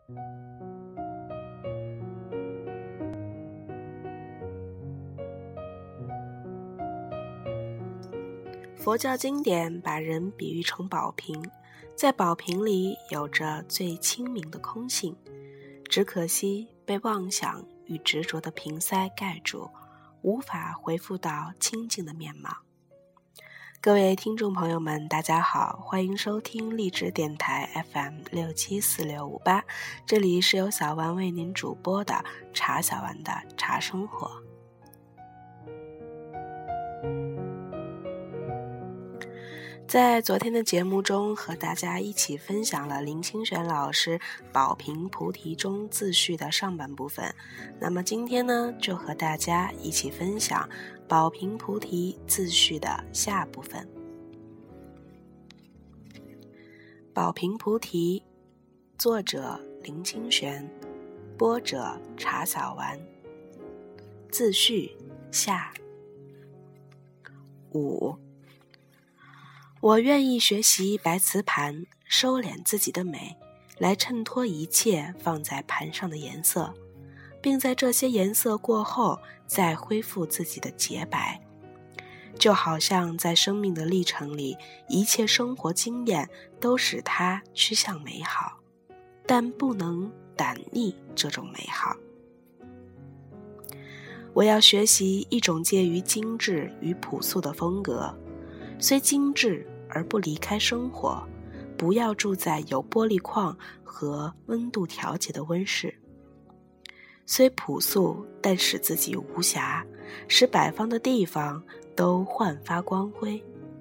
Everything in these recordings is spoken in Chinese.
佛教经典把人比喻成宝瓶，在宝瓶里有着最清明的空性，只可惜被妄想与执着的瓶塞盖住，无法恢复到清净的面貌。各位听众朋友们，大家好，欢迎收听励志电台 FM674658，这里是由小丸为您主播的茶小丸的茶生活。在昨天的节目中，和大家一起分享了林清玄老师《宝瓶菩提》中自序的上半部分。那么今天呢，就和大家一起分享《宝瓶菩提》自序的下部分。《宝瓶菩提》，作者林清玄，播者茶小丸。自序下。5，我愿意学习白瓷盘，收敛自己的美，来衬托一切放在盘上的颜色，并在这些颜色过后再恢复自己的洁白。就好像在生命的历程里，一切生活经验都使它趋向美好，但不能睼睨这种美好。我要学习一种介于精致与朴素的风格，虽精致而不离开生活，不要住在有玻璃框和温度调节的温室。虽朴素，但使自己无瑕，使摆放的地方都焕发光辉。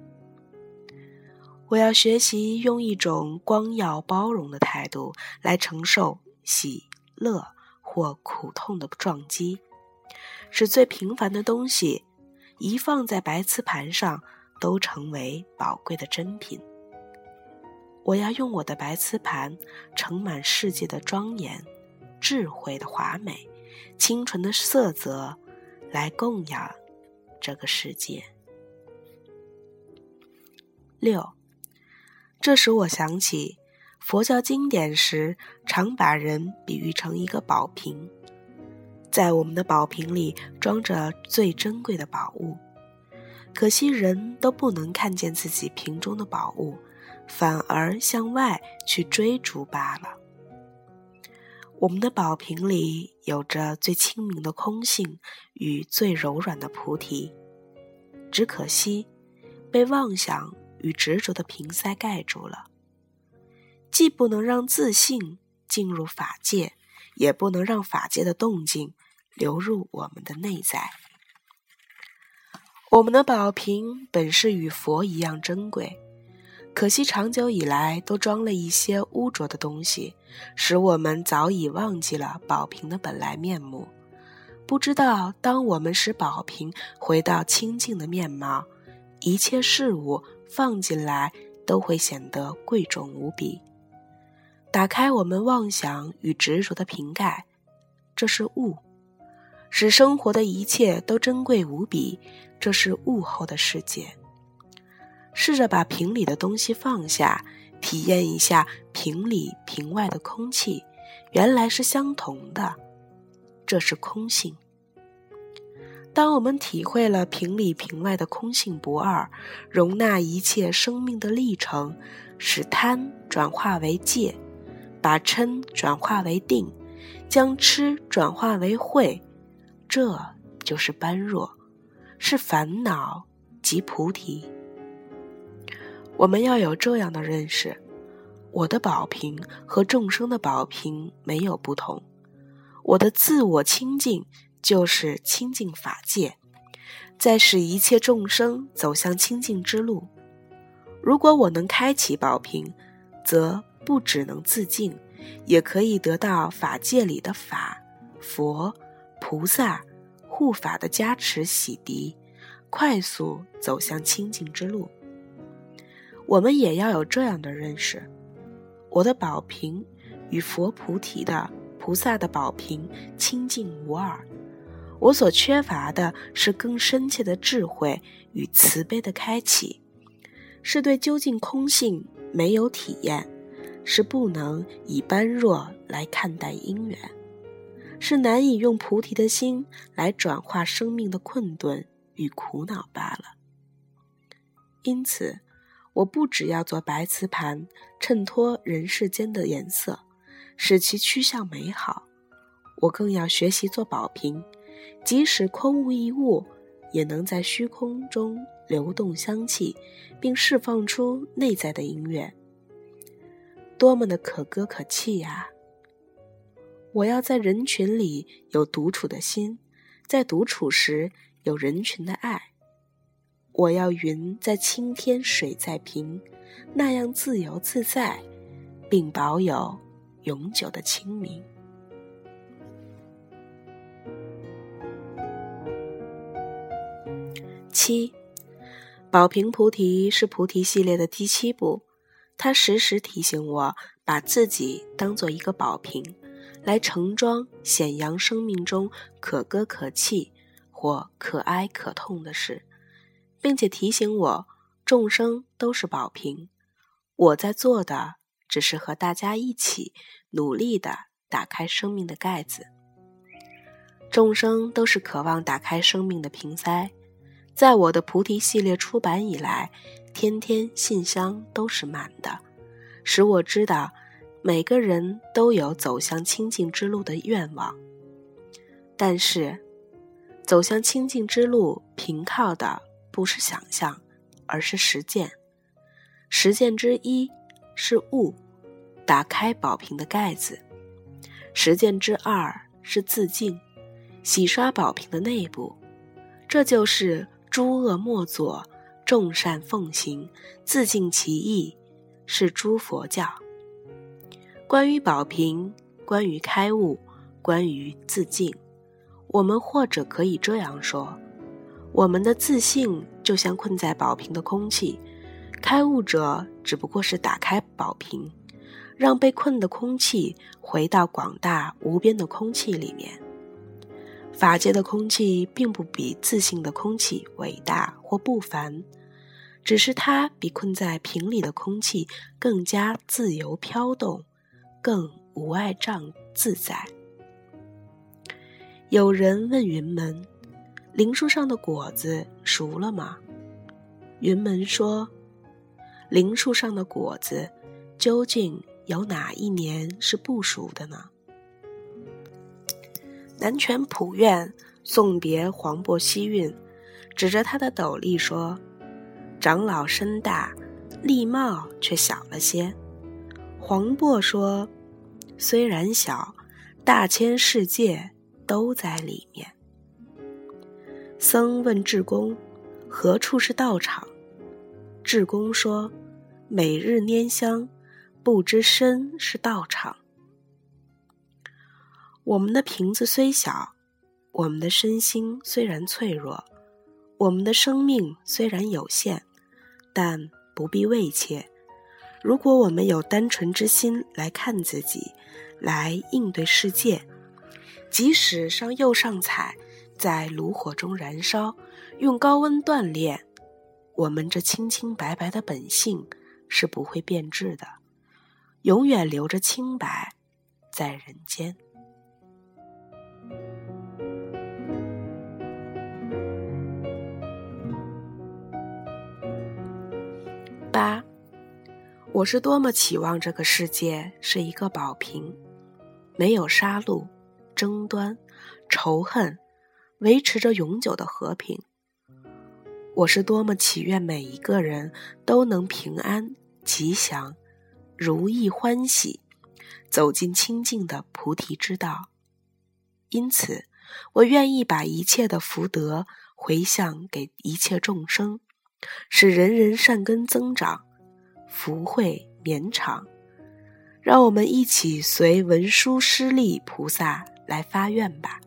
我要学习用一种光耀包容的态度来承受喜乐或苦痛的撞击，使最平凡的东西一放在白瓷盘上都成为宝贵的珍品。我要用我的白瓷盘盛满世界的庄严，智慧的华美，清纯的色泽，来供养这个世界。6，这使我想起佛教经典时常把人比喻成一个宝瓶，在我们的宝瓶里装着最珍贵的宝物，可惜人都不能看见自己瓶中的宝物，反而向外去追逐罢了。我们的宝瓶里有着最清明的空性与最柔软的菩提，只可惜被妄想与执着的瓶塞盖住了，既不能让自信进入法界，也不能让法界的动静流入我们的内在。我们的宝瓶本是与佛一样珍贵，可惜长久以来都装了一些污浊的东西，使我们早已忘记了宝瓶的本来面目。不知道当我们使宝瓶回到清净的面貌，一切事物放进来都会显得贵重无比。打开我们妄想与执着的瓶盖，这是物，使生活的一切都珍贵无比，这是物后的世界。试着把瓶里的东西放下，体验一下瓶里瓶外的空气，原来是相同的，这是空性。当我们体会了瓶里瓶外的空性不二，容纳一切生命的历程，使贪转化为戒，把嗔转化为定，将痴转化为慧，这就是般若，是烦恼即菩提。我们要有这样的认识，我的宝瓶和众生的宝瓶没有不同，我的自我清净就是清净法界，在使一切众生走向清净之路。如果我能开启宝瓶，则不只能自净，也可以得到法界里的法、佛、菩萨、护法的加持洗涤，快速走向清净之路。我们也要有这样的认识，我的宝瓶与佛菩提的菩萨的宝瓶清净无二，我所缺乏的是更深切的智慧与慈悲的开启，是对究竟空性没有体验， 是不能以般若来看待因缘，是难以用菩提的心来转化生命的困顿与苦恼罢了。因此，我不只要做白瓷盘，衬托人世间的颜色，使其趋向美好，我更要学习做宝瓶，即使空无一物，也能在虚空中流动香气，并释放出内在的音乐。多么的可歌可泣呀！我要在人群里有独处的心，在独处时有人群的爱。我要云在青天水在平，那样自由自在，并保有永久的清明。7. 宝瓶菩提是菩提系列的第7部，它时时提醒我把自己当作一个宝瓶，来盛装显扬生命中可歌可泣或可哀可痛的事，并且提醒我众生都是宝瓶，我在做的只是和大家一起努力地打开生命的盖子。众生都是渴望打开生命的瓶塞，在我的菩提系列出版以来，天天信箱都是满的，使我知道每个人都有走向清净之路的愿望。但是走向清净之路凭靠的不是想象，而是实践。实践之一是悟，打开宝瓶的盖子；实践之二是自净，洗刷宝瓶的内部。这就是诸恶莫作，众善奉行，自净其意，是诸佛教。关于宝瓶，关于开悟，关于自净，我们或者可以这样说：我们的自信就像困在宝瓶的空气，开悟者只不过是打开宝瓶，让被困的空气回到广大无边的空气里面。法界的空气并不比自信的空气伟大或不凡，只是它比困在瓶里的空气更加自由飘动，更无碍障自在。有人问云门，灵树上的果子熟了吗？云门说，灵树上的果子究竟有哪一年是不熟的呢？南泉普愿送别黄檗希运，指着他的斗笠说，长老身大，笠帽却小了些。黄檗说，虽然小，大千世界都在里面。僧问智公，何处是道场？智公说，每日拈香，不知身是道场。我们的瓶子虽小，我们的身心虽然脆弱，我们的生命虽然有限，但不必畏怯。如果我们有单纯之心来看自己，来应对世界，即使上釉上彩，在炉火中燃烧，用高温锻炼，我们这清清白白的本性是不会变质的，永远留着清白在人间。8. 我是多么期望这个世界是一个宝瓶，没有杀戮、争端、仇恨，维持着永久的和平。我是多么祈愿每一个人都能平安、吉祥、如意欢喜，走进清净的菩提之道。因此，我愿意把一切的福德回向给一切众生，使人人善根增长，福慧绵长。让我们一起随文殊师利菩萨来发愿吧。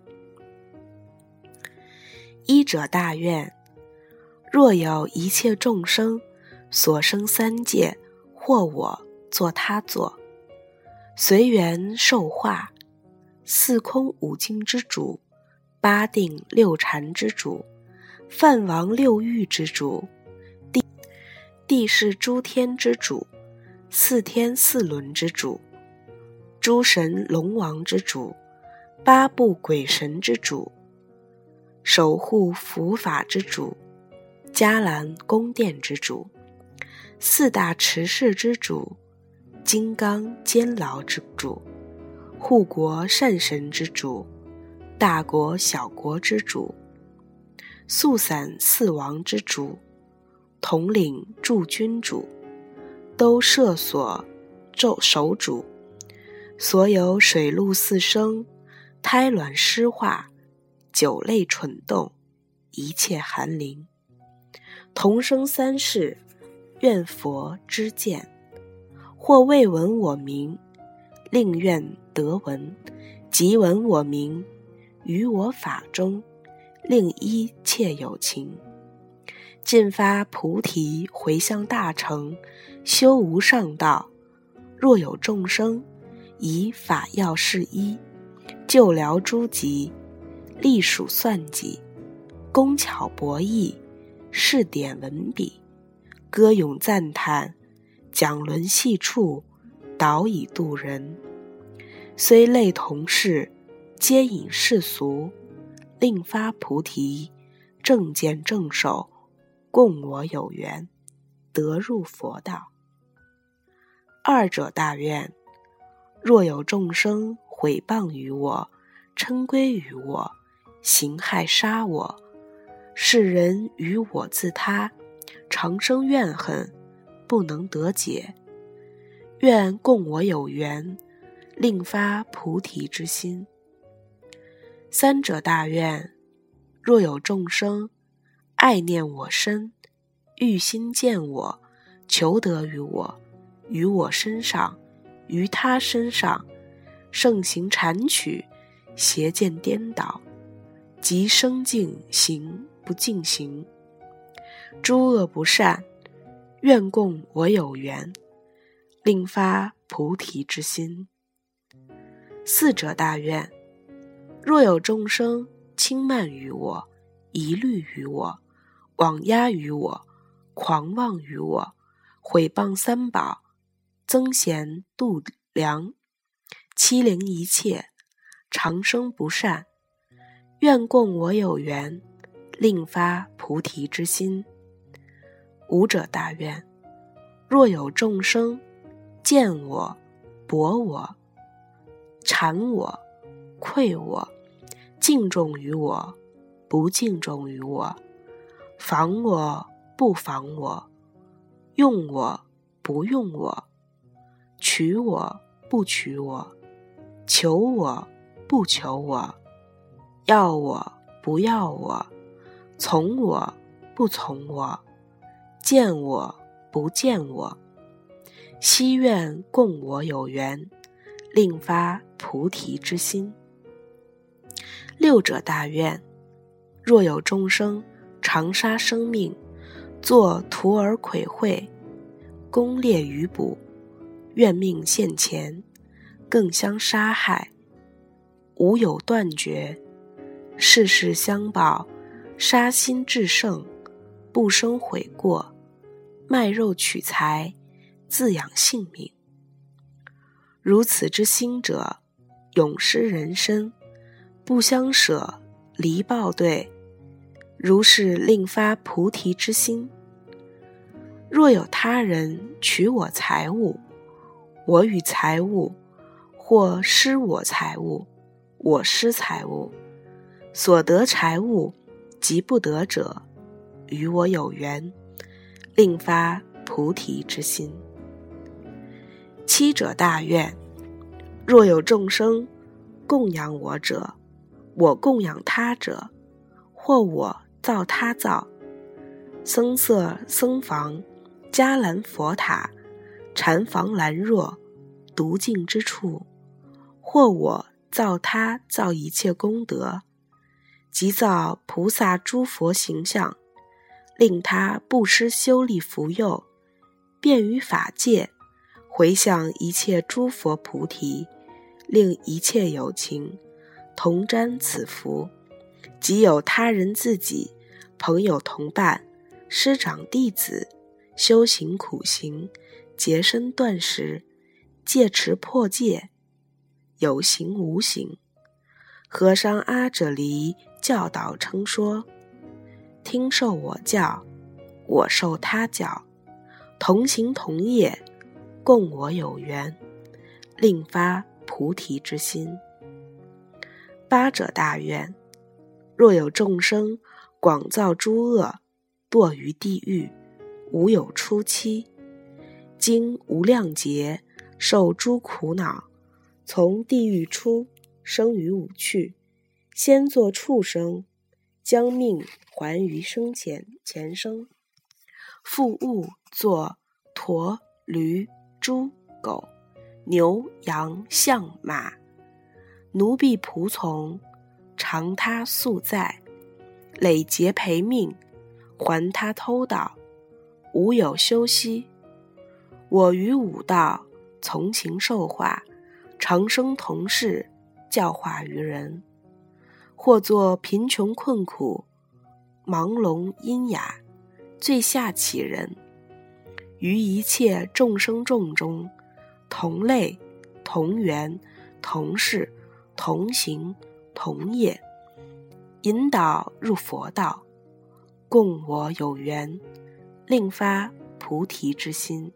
依者大愿，若有一切众生所生三界，或我作他作，随缘受化，四空五境之主，八定六禅之主，梵王六欲之主，地是诸天之主， 四天四轮之主，诸神龙王之主，八部鬼神之主，守护佛法之主，伽蓝宫殿之主，四大持世之主，金刚监牢之主，护国善神之主，大国小国之主，速散四王之主，统领驻军主，都摄所守主，所有水陆四生，胎卵湿化，九类蠢动，一切寒灵，同生三世，愿佛知见，或未闻我名，令愿得闻，即闻我名，于我法中，令一切有情，尽发菩提回向大乘，修无上道。若有众生以法要事一，救疗诸疾，隶属算计，工巧博弈，试点文笔，歌咏赞叹，讲论细处，导以度人。虽类同事，皆引世俗，令发菩提，正见正守，共我有缘，得入佛道。二者大愿，若有众生毁谤于我，嗔归于我，行害杀我，世人与我自他，常生怨恨，不能得解，愿共我有缘，令发菩提之心。三者大愿，若有众生爱念我身，欲心见我，求得于我，于我身上，于他身上，盛行谄曲，邪见颠倒，即生净行不净行，诸恶不善，愿共我有缘，令发菩提之心。四者大愿，若有众生轻慢于我，疑虑于我，妄压于我，狂妄于我，毁谤三宝，增贤度良，欺凌一切，长生不善，愿共我有缘，令发菩提之心。五者大愿，若有众生见我，薄我，谄我，愧我，敬重于我，不敬重于我，防我，不防我，用我，不用我，取我，不取我，求我，不求我，要我，不要我，从我，不从我，见我，不见我，希愿共我有缘，令发菩提之心。六者大愿，若有众生长杀生命，作徒儿跬秽，攻猎于捕，愿命现前，更相杀害，无有断绝，世世相报，杀心至盛，不生悔过，卖肉取财，自养性命。如此之心者，永失人身，不相舍，离报对，如是令发菩提之心。若有他人取我财物，我与财物，或失我财物，我失财物，所得财物及不得者，与我有缘，令发菩提之心。七者大愿，若有众生供养我者，我供养他者，或我造他造，僧舍僧房，伽蓝佛塔，禅房兰若，独净之处，或我造他造一切功德，即造菩萨诸佛形象，令他布施修利福佑，便于法界，回向一切诸佛菩提，令一切有情同沾此福，即有他人自己、朋友同伴、师长弟子修行苦行， 结身断实，戒持破戒，有形无形。和尚阿阇黎教导称说：听受我教，我受他教，同行同业，共我有缘，令发菩提之心。八者大愿，若有众生广造诸恶，堕于地狱，无有出期，经无量劫，受诸苦恼，从地狱出，生于五趣，先作畜生，将命还于前生，复物作驼、驴、猪、狗、牛、羊、象、马，奴婢仆从，偿他宿债，累劫赔命，还他偷盗，无有休息。我于五道，从情受化，长生同事，教化于人。或作贫穷困苦，盲聋喑哑，最下乞人，于一切众生众中，同类同源同事同行同业，引导入佛道，共我有缘，令发菩提之心。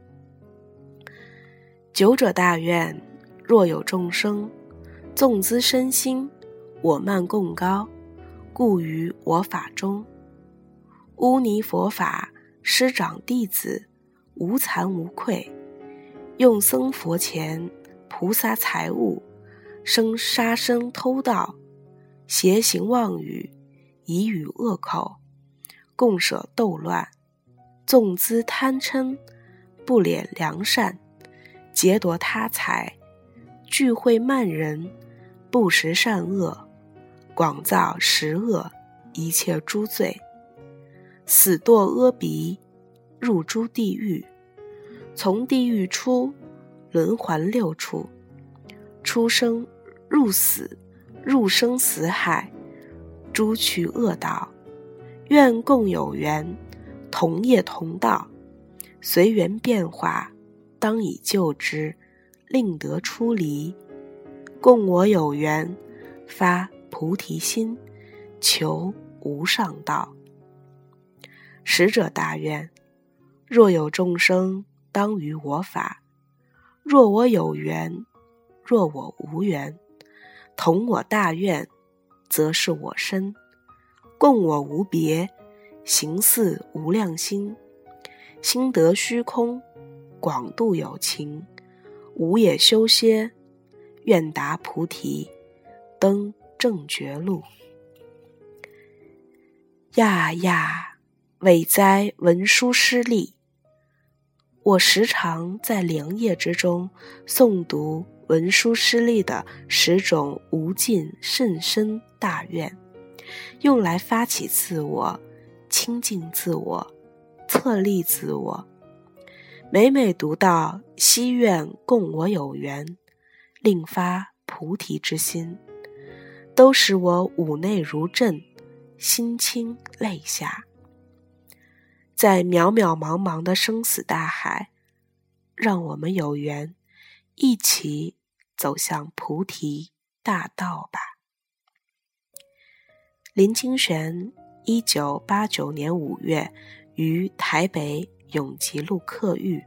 九者大愿，若有众生纵资身心，我慢共高，故于我法中。乌尼佛法师长弟子，无惭无愧，用僧佛钱，菩萨财物，生杀生偷盗，邪行妄语，以语恶口，共舍斗乱，纵资贪嗔，不敛良善，劫夺他财，聚会慢人，不识善恶，广造十恶，一切诸罪，死堕阿鼻，入诸地狱，从地狱出，轮还六处，出生入死，入生死海，诸趣恶道，愿共有缘，同业同道，随缘变化，当以救之，令得出离，共我有缘，发菩提心，求无上道。十者大愿，若有众生当于我法，若我有缘，若我无缘，同我大愿，则是我身，共我无别，行似无量心，心得虚空，广度有情，无也修歇，愿达菩提，登正觉路。呀呀，伟哉文殊师利！我时常在良夜之中诵读文殊师利的10种无尽甚深大愿，用来发起自我，清净自我，策立自我。每每读到希愿共我有缘，令发菩提之心，都使我五内如震，心清泪下。在渺渺茫茫的生死大海，让我们有缘一起走向菩提大道吧。林清玄1989年5月于台北永吉路客遇。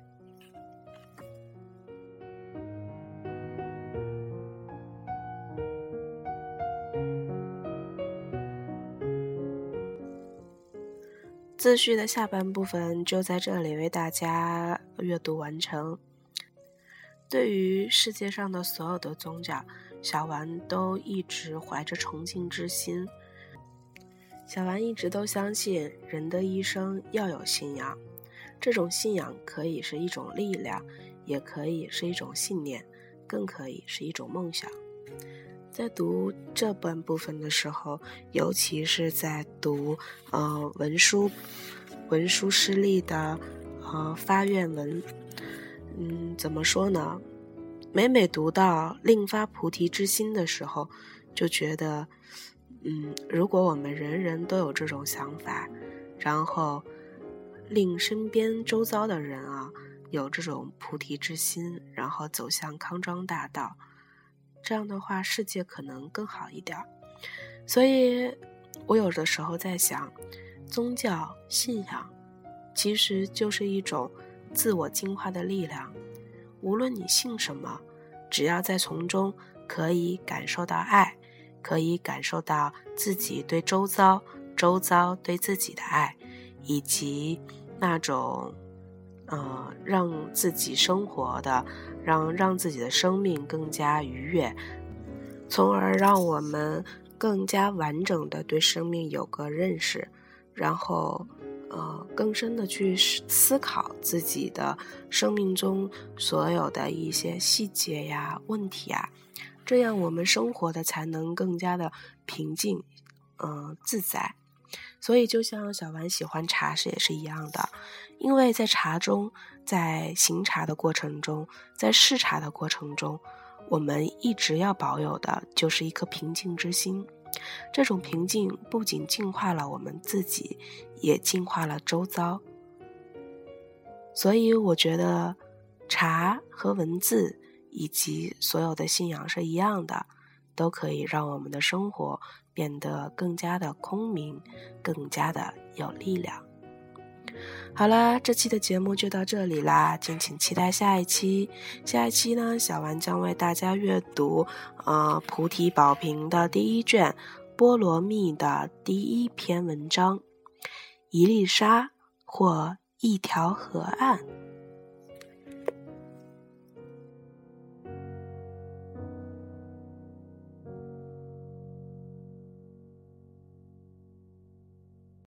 自序的下半部分就在这里为大家阅读完成。对于世界上的所有的宗教，小丸都一直怀着崇敬之心。小丸一直都相信人的一生要有信仰，这种信仰可以是一种力量，也可以是一种信念，更可以是一种梦想。在读这半部分的时候，尤其是在读文殊师利的发愿文，怎么说呢？每每读到令发菩提之心的时候，就觉得如果我们人人都有这种想法，然后令身边周遭的人有这种菩提之心，然后走向康庄大道，这样的话世界可能更好一点。所以我有的时候在想，宗教信仰其实就是一种自我进化的力量，无论你信什么，只要在从中可以感受到爱，可以感受到自己对周遭对自己的爱，以及那种让自己生活的让自己的生命更加愉悦，从而让我们更加完整的对生命有个认识，然后更深的去思考自己的生命中所有的一些细节呀、问题啊，这样我们生活的才能更加的平静自在。所以就像小丸喜欢茶也是一样的，因为在茶中，在行茶的过程中，在试茶的过程中，我们一直要保有的就是一颗平静之心。这种平静不仅净化了我们自己，也净化了周遭。所以我觉得茶和文字以及所有的信仰是一样的，都可以让我们的生活变得更加的空明，更加的有力量。好啦，这期的节目就到这里啦，敬请期待下一期。下一期呢，小丸将为大家阅读菩提宝瓶的第一卷波罗蜜的第一篇文章，一粒沙或一条河岸。